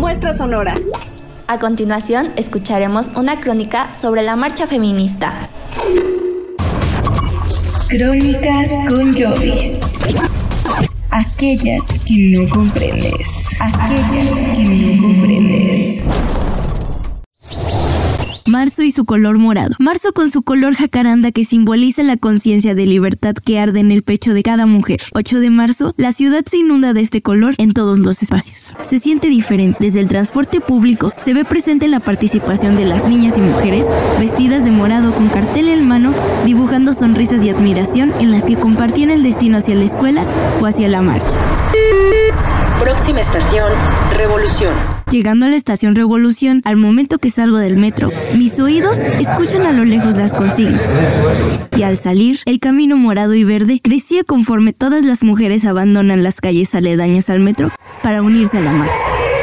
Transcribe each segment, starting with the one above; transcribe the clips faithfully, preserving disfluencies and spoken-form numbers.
Muestra sonora. A continuación, escucharemos una crónica sobre la marcha feminista. Crónicas con Jovis. Aquellas que no comprendes. Aquellas que no comprendes. Marzo y su color morado. Marzo con su color jacaranda que simboliza la conciencia de libertad que arde en el pecho de cada mujer. ocho de marzo, la ciudad se inunda de este color en todos los espacios. Se siente diferente. Desde el transporte público se ve presente la participación de las niñas y mujeres vestidas de morado con cartel en mano, dibujando sonrisas de admiración en las que compartían el destino hacia la escuela o hacia la marcha. Próxima estación, Revolución. Llegando a la estación Revolución, al momento que salgo del metro, mis oídos escuchan a lo lejos las consignas. Y al salir, el camino morado y verde crecía conforme todas las mujeres abandonan las calles aledañas al metro para unirse a la marcha.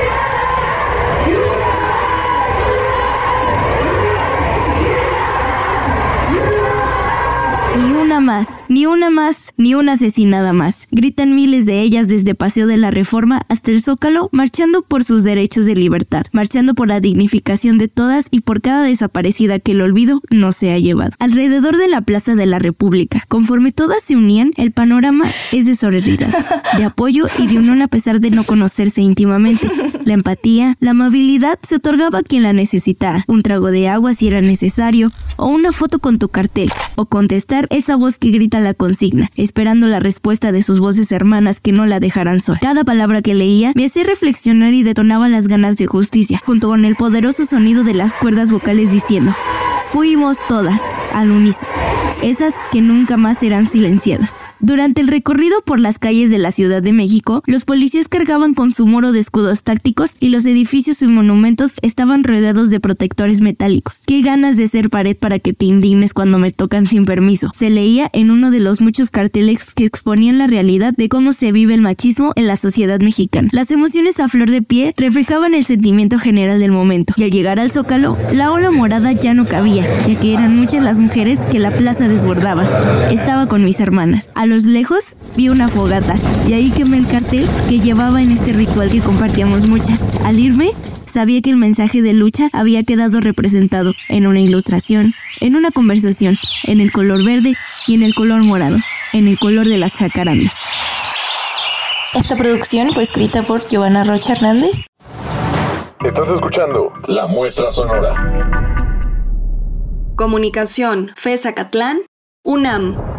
Ni una más, ni una más, ni una asesinada más. Gritan miles de ellas desde Paseo de la Reforma hasta el Zócalo, marchando por sus derechos de libertad, marchando por la dignificación de todas y por cada desaparecida que el olvido no se ha llevado. Alrededor de la Plaza de la República, conforme todas se unían, el panorama es de sororidad, de apoyo y de unión a pesar de no conocerse íntimamente. La empatía, la amabilidad se otorgaba a quien la necesitara, un trago de agua si era necesario, o una foto con tu cartel, o contestar esa voz que grita la consigna, esperando la respuesta de sus voces hermanas que no la dejarán sola. Cada palabra que leía me hacía reflexionar y detonaba las ganas de justicia, junto con el poderoso sonido de las cuerdas vocales diciendo: fuimos todas, al unísono, esas que nunca más serán silenciadas. Durante el recorrido por las calles de la Ciudad de México, los policías cargaban con su muro de escudos tácticos y los edificios y monumentos estaban rodeados de protectores metálicos. Qué ganas de ser pared para que te indignes cuando me tocan sin permiso, se leía en uno de los muchos carteles que exponían la realidad de cómo se vive el machismo en la sociedad mexicana. Las emociones a flor de piel reflejaban el sentimiento general del momento, y al llegar al Zócalo, la ola morada ya no cabía, ya que eran muchas las mujeres que la plaza desbordaba. Estaba con mis hermanas. A los lejos vi una fogata, y ahí quemé el cartel que llevaba en este ritual que compartíamos muchas. Al irme, sabía que el mensaje de lucha había quedado representado en una ilustración, en una conversación, en el color verde y en el color morado, en el color de las jacarandas. Esta producción fue escrita por Giovanna Rocha Hernández. Estás escuchando La Muestra Sonora. Comunicación, FES Acatlán, UNAM.